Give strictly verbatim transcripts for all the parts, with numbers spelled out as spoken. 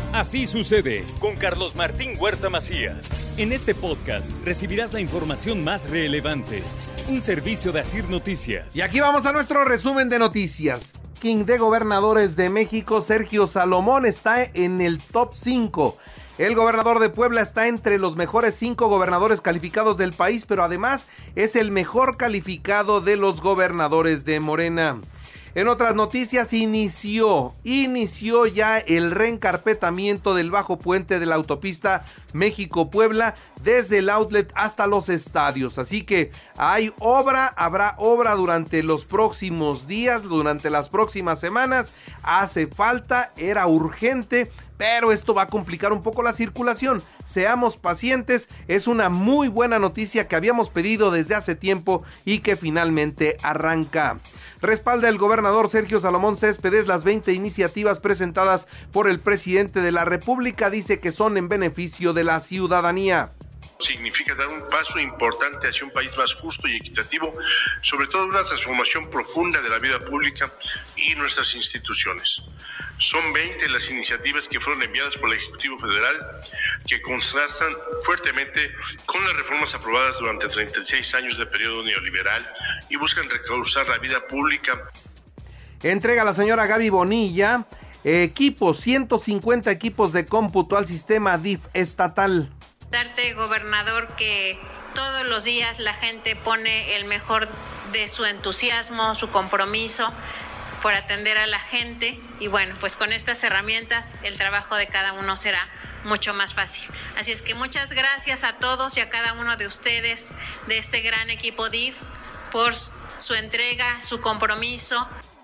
Así sucede con Carlos Martín Huerta Macías. En este podcast recibirás la información más relevante. Un servicio de Asir Noticias. Y aquí vamos a nuestro resumen de noticias. King de gobernadores de México, Sergio Salomón, está en el top cinco. El gobernador de Puebla está entre los mejores cinco gobernadores calificados del país, pero además es el mejor calificado de los gobernadores de Morena. En otras noticias, inició, inició ya el reencarpetamiento del bajo puente de la autopista México-Puebla desde el outlet hasta los estadios. Así que hay obra, habrá obra durante los próximos días, durante las próximas semanas. Hace falta, era urgente, pero esto va a complicar un poco la circulación. Seamos pacientes, es una muy buena noticia que habíamos pedido desde hace tiempo y que finalmente arranca. Respalda el gobernador Sergio Salomón Céspedes las veinte iniciativas presentadas por el presidente de la República. Dice que son en beneficio de la ciudadanía. Significa dar un paso importante hacia un país más justo y equitativo, sobre todo una transformación profunda de la vida pública y nuestras instituciones. Son veinte las iniciativas que fueron enviadas por el Ejecutivo Federal, que contrastan fuertemente con las reformas aprobadas durante treinta y seis años de periodo neoliberal y buscan recaudar la vida pública. Entrega la señora Gaby Bonilla equipos, ciento cincuenta equipos de cómputo al sistema D I F estatal. Darte, gobernador, que todos los días la gente pone el mejor de su entusiasmo, su compromiso por atender a la gente, y bueno, pues con estas herramientas el trabajo de cada uno será mucho más fácil. Así es que muchas gracias a todos y a cada uno de ustedes de este gran equipo D I F por su entrega, su compromiso.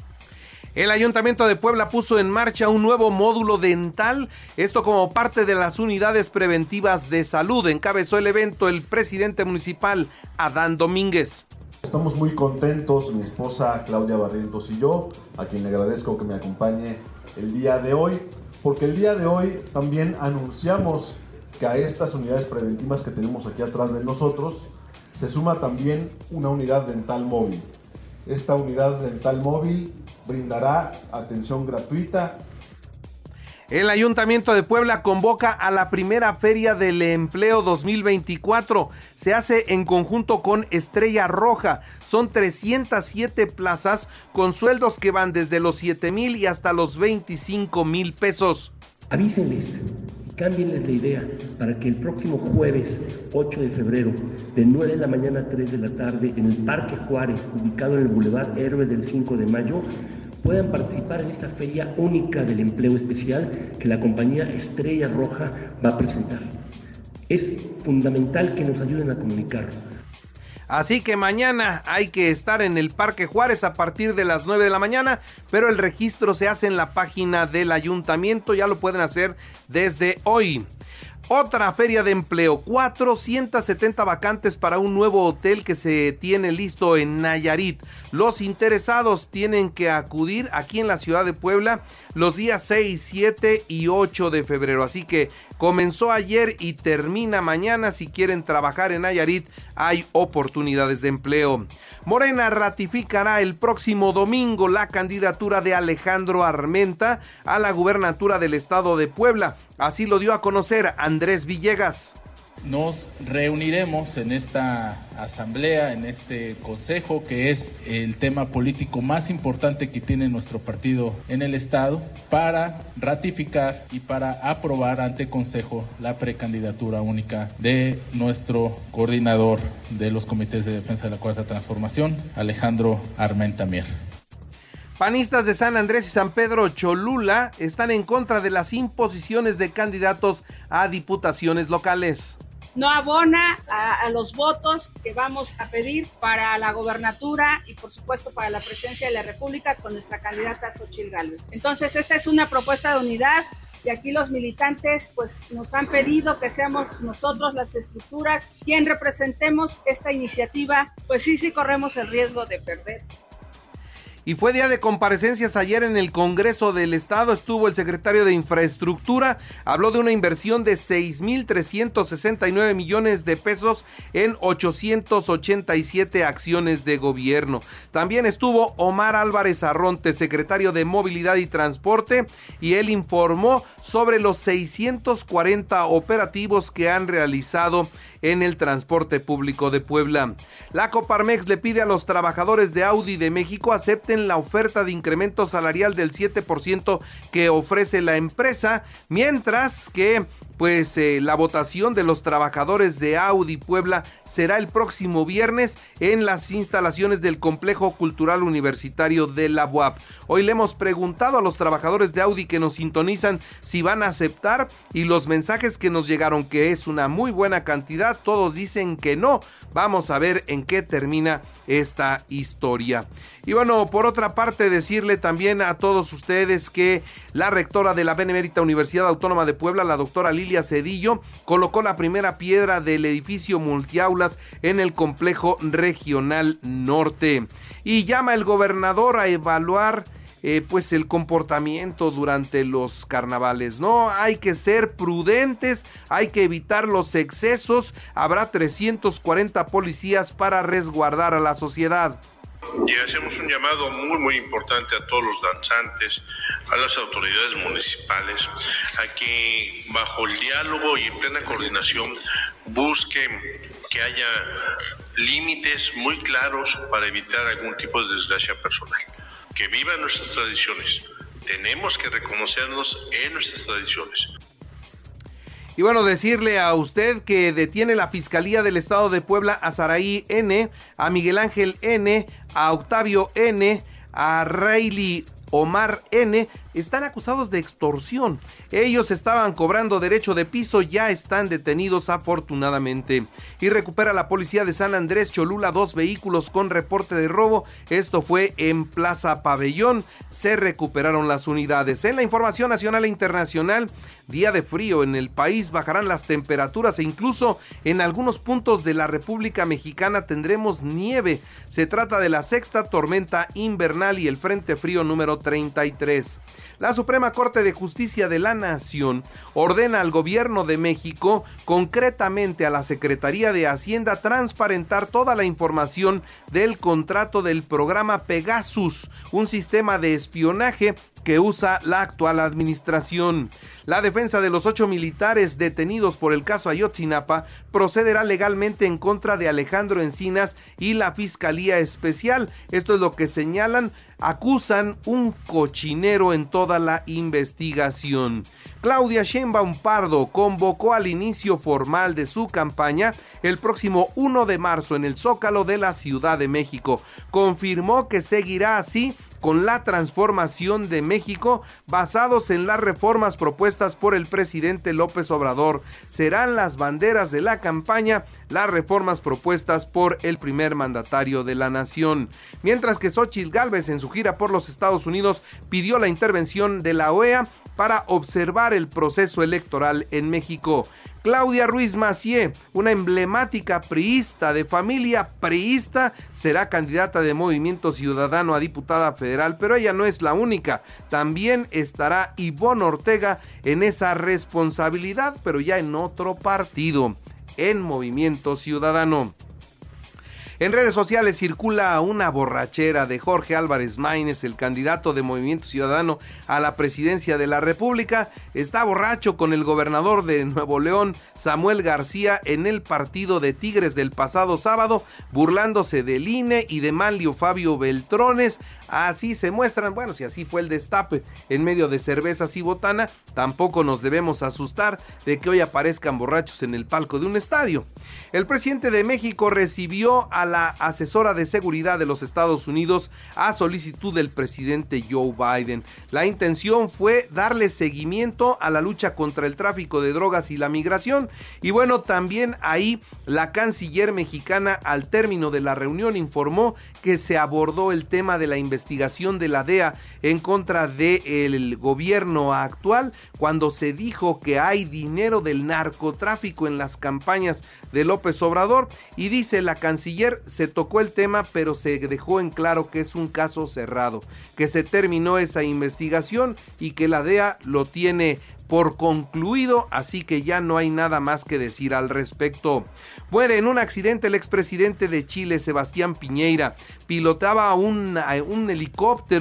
El Ayuntamiento de Puebla puso en marcha un nuevo módulo dental, esto como parte de las unidades preventivas de salud. Encabezó el evento el presidente municipal, Adán Domínguez. Estamos muy contentos, mi esposa Claudia Barrientos y yo, a quien le agradezco que me acompañe el día de hoy, porque el día de hoy también anunciamos que a estas unidades preventivas que tenemos aquí atrás de nosotros se suma también una unidad dental móvil. Esta unidad dental móvil brindará atención gratuita. El Ayuntamiento de Puebla convoca a la primera Feria del Empleo dos mil veinticuatro. Se hace en conjunto con Estrella Roja. Son trescientas siete plazas con sueldos que van desde los siete mil y hasta los veinticinco mil pesos. Avísenles y cámbienles la idea para que el próximo jueves ocho de febrero, de nueve de la mañana a tres de la tarde, en el Parque Juárez, ubicado en el Boulevard Héroes del cinco de mayo, puedan participar en esta feria única del empleo especial que la compañía Estrella Roja va a presentar. Es fundamental que nos ayuden a comunicarlo. Así que mañana hay que estar en el Parque Juárez a partir de las nueve de la mañana, pero el registro se hace en la página del ayuntamiento, ya lo pueden hacer desde hoy. Otra feria de empleo, cuatrocientas setenta vacantes para un nuevo hotel que se tiene listo en Nayarit. Los interesados tienen que acudir aquí en la ciudad de Puebla los días seis, siete y ocho de febrero. Así que comenzó ayer y termina mañana. Si quieren trabajar en Nayarit, hay oportunidades de empleo. Morena ratificará el próximo domingo la candidatura de Alejandro Armenta a la gubernatura del estado de Puebla. Así lo dio a conocer Andrés Villegas. Nos reuniremos en esta asamblea, en este consejo, que es el tema político más importante que tiene nuestro partido en el estado, para ratificar y para aprobar ante consejo la precandidatura única de nuestro coordinador de los comités de defensa de la Cuarta Transformación, Alejandro Armenta Mier. Panistas de San Andrés y San Pedro Cholula están en contra de las imposiciones de candidatos a diputaciones locales. No abona a, a los votos que vamos a pedir para la gobernatura y por supuesto para la presidencia de la República con nuestra candidata Xóchitl Gálvez. Entonces esta es una propuesta de unidad y aquí los militantes pues nos han pedido que seamos nosotros las estructuras quien representemos esta iniciativa, pues sí, sí corremos el riesgo de perder. Y fue día de comparecencias ayer en el Congreso del Estado. Estuvo el secretario de Infraestructura, habló de una inversión de seis mil trescientos sesenta y nueve millones de pesos en ochocientas ochenta y siete acciones de gobierno. También estuvo Omar Álvarez Arronte, secretario de Movilidad y Transporte, y él informó sobre los seiscientos cuarenta operativos que han realizado en el transporte público de Puebla. La Coparmex le pide a los trabajadores de Audi de México acepten la oferta de incremento salarial del siete por ciento que ofrece la empresa, mientras que pues eh, la votación de los trabajadores de Audi Puebla será el próximo viernes en las instalaciones del Complejo Cultural Universitario de la U A P. Hoy le hemos preguntado a los trabajadores de Audi que nos sintonizan si van a aceptar, y los mensajes que nos llegaron que es una muy buena cantidad, todos dicen que no. Vamos a ver en qué termina esta historia. Y bueno, por otra parte, decirle también a todos ustedes que la rectora de la Benemérita Universidad Autónoma de Puebla, la doctora Lilia Cedillo, colocó la primera piedra del edificio multiaulas en el complejo regional norte. Y llama el gobernador a evaluar Eh, pues el comportamiento durante los carnavales, ¿no? Hay que ser prudentes, hay que evitar los excesos. Habrá trescientos cuarenta policías para resguardar a la sociedad. Y hacemos un llamado muy muy importante a todos los danzantes, a las autoridades municipales, a que bajo el diálogo y en plena coordinación busquen que haya límites muy claros para evitar algún tipo de desgracia personal. Que vivan nuestras tradiciones. Tenemos que reconocernos en nuestras tradiciones. Y bueno, decirle a usted que detiene la Fiscalía del Estado de Puebla a Saraí N, a Miguel Ángel N, a Octavio N, a Rayleigh Omar N, están acusados de extorsión. Ellos estaban cobrando derecho de piso, ya están detenidos afortunadamente. Y recupera la policía de San Andrés Cholula dos vehículos con reporte de robo. Esto fue en Plaza Pabellón. Se recuperaron las unidades. En la información nacional e internacional, día de frío en el país, bajarán las temperaturas e incluso en algunos puntos de la República Mexicana tendremos nieve. Se trata de la sexta tormenta invernal y el frente frío número treinta y tres. La Suprema Corte de Justicia de la Nación ordena al gobierno de México, concretamente a la Secretaría de Hacienda, transparentar toda la información del contrato del programa Pegasus, un sistema de espionaje que usa la actual administración. La defensa de los ocho militares detenidos por el caso Ayotzinapa procederá legalmente en contra de Alejandro Encinas y la Fiscalía Especial. Esto es lo que señalan. Acusan un cochinero en toda la investigación. Claudia Sheinbaum Pardo convocó al inicio formal de su campaña el próximo primero de marzo en el Zócalo de la Ciudad de México. Confirmó que seguirá así con la transformación de México basados en las reformas propuestas por el presidente López Obrador. Serán las banderas de la campaña las reformas propuestas por el primer mandatario de la nación. Mientras que Xóchitl Gálvez en su gira por los Estados Unidos pidió la intervención de la O E A para observar el proceso electoral en México. Claudia Ruiz Massieu, una emblemática priista de familia priista, será candidata de Movimiento Ciudadano a diputada federal, pero ella no es la única. También estará Ivonne Ortega en esa responsabilidad, pero ya en otro partido, en Movimiento Ciudadano. En redes sociales circula una borrachera de Jorge Álvarez Maínez, el candidato de Movimiento Ciudadano a la presidencia de la República. Está borracho con el gobernador de Nuevo León, Samuel García, en el partido de Tigres del pasado sábado, burlándose del I N E y de Manlio Fabio Beltrones. Así se muestran, bueno, si así fue el destape en medio de cervezas y botana, tampoco nos debemos asustar de que hoy aparezcan borrachos en el palco de un estadio. El presidente de México recibió a la asesora de seguridad de los Estados Unidos a solicitud del presidente Joe Biden. La intención fue darle seguimiento a la lucha contra el tráfico de drogas y la migración. Y bueno, también ahí la canciller mexicana al término de la reunión informó que se abordó el tema de la investigación de la D E A en contra del gobierno actual, cuando se dijo que hay dinero del narcotráfico en las campañas de López Obrador. Y dice la canciller, se tocó el tema, pero se dejó en claro que es un caso cerrado, que se terminó esa investigación y que la D E A lo tiene por concluido, así que ya no hay nada más que decir al respecto. Muere en un accidente el expresidente de Chile, Sebastián Piñera. Pilotaba un, un helicóptero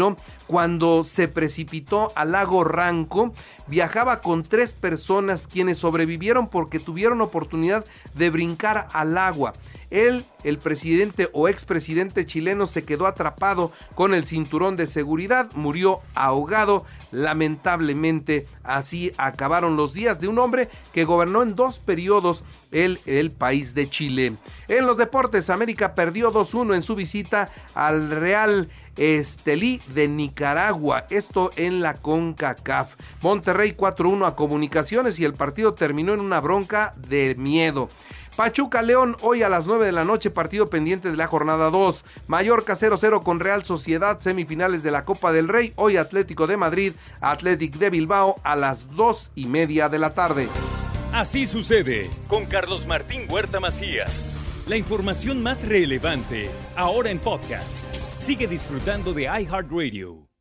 cuando se precipitó al lago Ranco. Viajaba con tres personas quienes sobrevivieron porque tuvieron oportunidad de brincar al agua. Él, el presidente o expresidente chileno, se quedó atrapado con el cinturón de seguridad, murió ahogado. Lamentablemente, así acabaron los días de un hombre que gobernó en dos periodos el, el país de Chile. En los deportes, América perdió dos uno en su visita al Real Estelí de Nicaragua, esto en la CONCACAF. Monterrey cuatro uno a Comunicaciones y el partido terminó en una bronca de miedo. Pachuca León hoy a las nueve de la noche, partido pendiente de la jornada dos. Mallorca cero cero con Real Sociedad, semifinales de la Copa del Rey. Hoy Atlético de Madrid, Athletic de Bilbao a las dos y media de la tarde. Así sucede con Carlos Martín Huerta Macías. La información más relevante ahora en podcast. Sigue disfrutando de iHeartRadio.